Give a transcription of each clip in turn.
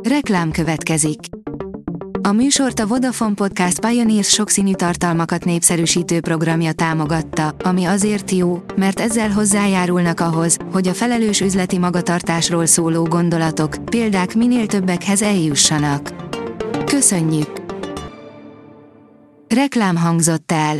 Reklám következik. A műsort a Vodafone Podcast Pioneers sokszínű tartalmakat népszerűsítő programja támogatta, ami azért jó, mert ezzel hozzájárulnak ahhoz, hogy a felelős üzleti magatartásról szóló gondolatok, példák minél többekhez eljussanak. Köszönjük! Reklám hangzott el.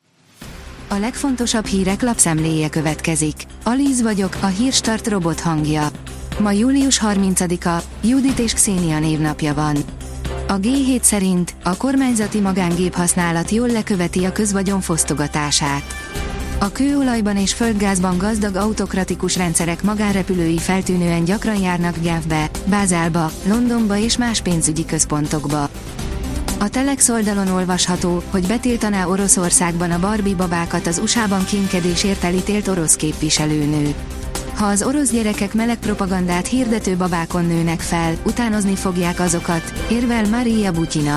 A legfontosabb hírek lapszemléje következik. Alíz vagyok, a Hírstart robot hangja. Ma július 30-a, Judit és Xenia névnapja van. A G7 szerint a kormányzati magángép használat jól leköveti a közvagyon fosztogatását. A kőolajban és földgázban gazdag autokratikus rendszerek magánrepülői feltűnően gyakran járnak Genfbe, Bázelba, Londonba és más pénzügyi központokba. A Telex oldalon olvasható, hogy betiltaná Oroszországban a Barbie babákat az USA-ban kínkedésért elítélt orosz képviselőnő. Ha az orosz gyerekek meleg propagandát hirdető babákon nőnek fel, utánozni fogják azokat, érvel Maria Butina.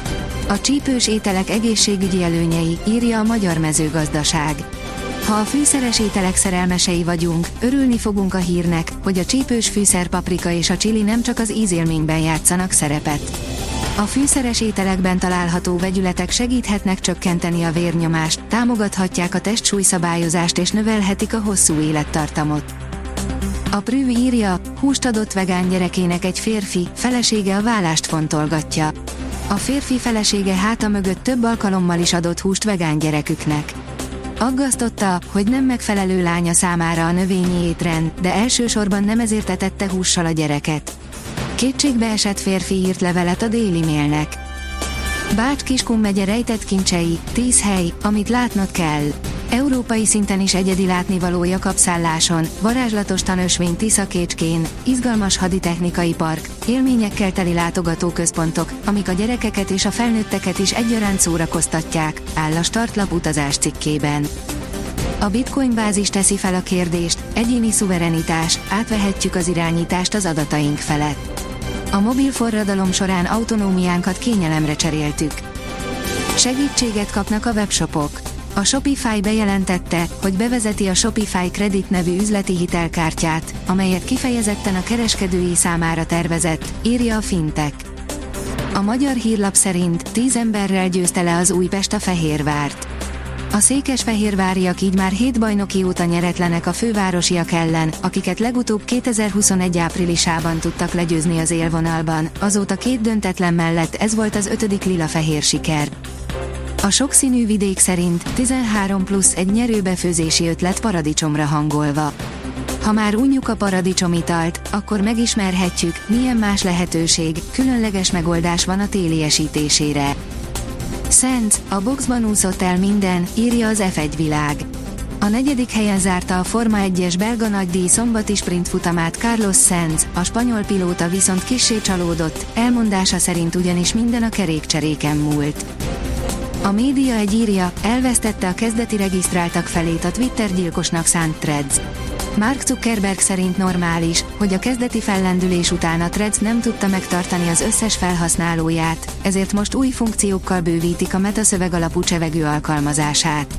A csípős ételek egészségügyi előnyei, írja a Magyar Mezőgazdaság. Ha a fűszeres ételek szerelmesei vagyunk, örülni fogunk a hírnek, hogy a csípős fűszerpaprika és a chili nem csak az ízélményben játszanak szerepet. A fűszeres ételekben található vegyületek segíthetnek csökkenteni a vérnyomást, támogathatják a testsúlyszabályozást és növelhetik a hosszú élettartamot. A Prüv írja, húst adott vegán gyerekének egy férfi, felesége a válást fontolgatja. A férfi felesége háta mögött több alkalommal is adott húst vegán gyereküknek. Aggasztotta, hogy nem megfelelő lánya számára a növényi étrend, de elsősorban nem ezért etette hússal a gyereket. Kétségbeesett férfi írt levelet a Daily Mailnek. Bács-Kiskun megye rejtett kincsei, 10 hely, amit látnod kell. Európai szinten is egyedi látnivaló Jakab-szálláson, varázslatos tanösvény Tisza-Kécskén, izgalmas haditechnikai park, élményekkel teli látogatóközpontok, amik a gyerekeket és a felnőtteket is egyaránt szórakoztatják, áll a Startlap utazás cikkében. A Bitcoin bázis teszi fel a kérdést, egyéni szuverenitás, átvehetjük az irányítást az adataink felett. A mobil forradalom során autonómiánkat kényelemre cseréltük. Segítséget kapnak a webshopok. A Shopify bejelentette, hogy bevezeti a Shopify Credit nevű üzleti hitelkártyát, amelyet kifejezetten a kereskedői számára tervezett, írja a Fintech. A magyar hírlap szerint 10 emberrel győzte le az Újpest a Fehérvárt. A székesfehérváriak így már 7 bajnoki óta nyeretlenek a fővárosiak ellen, akiket legutóbb 2021 áprilisában tudtak legyőzni az élvonalban, azóta 2 döntetlen mellett ez volt az 5. lila-fehér siker. A sokszínű vidék szerint 13+ egy nyerőbefőzési ötlet paradicsomra hangolva. Ha már unjuk a paradicsomitalt, akkor megismerhetjük, milyen más lehetőség, különleges megoldás van a téli esítésére. Szent, a boxban úszott el minden, írja az F1 világ. A 4. helyen zárta a Forma 1-es belga nagydíj szombati sprintfutamát Carlos Sainz, a spanyol pilóta viszont kissé csalódott, elmondása szerint ugyanis minden a kerékcseréken múlt. A Média egy írja, elvesztette a kezdeti regisztráltak felét a Twitter gyilkosnak szánt Threads. Mark Zuckerberg szerint normális, hogy a kezdeti fellendülés után a Threads nem tudta megtartani az összes felhasználóját, ezért most új funkciókkal bővítik a Meta szövegalapú csevegő alkalmazását.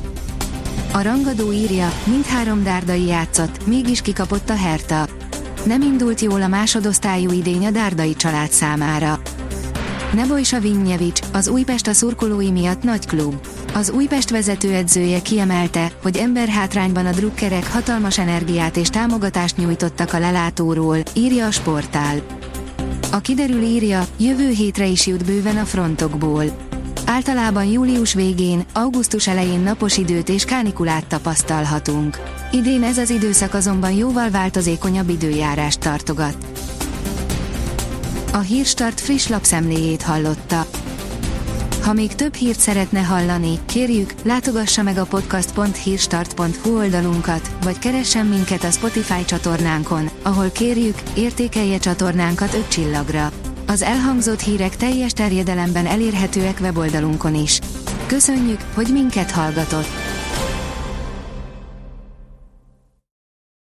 A rangadó írja, mindhárom dárdai játszott, mégis kikapott a Hertha. Nem indult jól a másodosztályú idény a dárdai család számára. Nebojsa Vignyevics, az Újpest a szurkolói miatt nagy klub. Az Újpest vezetőedzője kiemelte, hogy emberhátrányban a drukkerek hatalmas energiát és támogatást nyújtottak a lelátóról, írja a Sportál. A Kiderül írja, jövő hétre is jut bőven a frontokból. Általában július végén, augusztus elején napos időt és kánikulát tapasztalhatunk. Idén ez az időszak azonban jóval változékonyabb időjárást tartogat. A Hírstart friss lapszemléjét hallotta. Ha még több hírt szeretne hallani, kérjük, látogassa meg a podcast.hírstart.hu oldalunkat, vagy keressen minket a Spotify csatornánkon, ahol kérjük, értékelje csatornánkat 5 csillagra. Az elhangzott hírek teljes terjedelemben elérhetőek weboldalunkon is. Köszönjük, hogy minket hallgatott!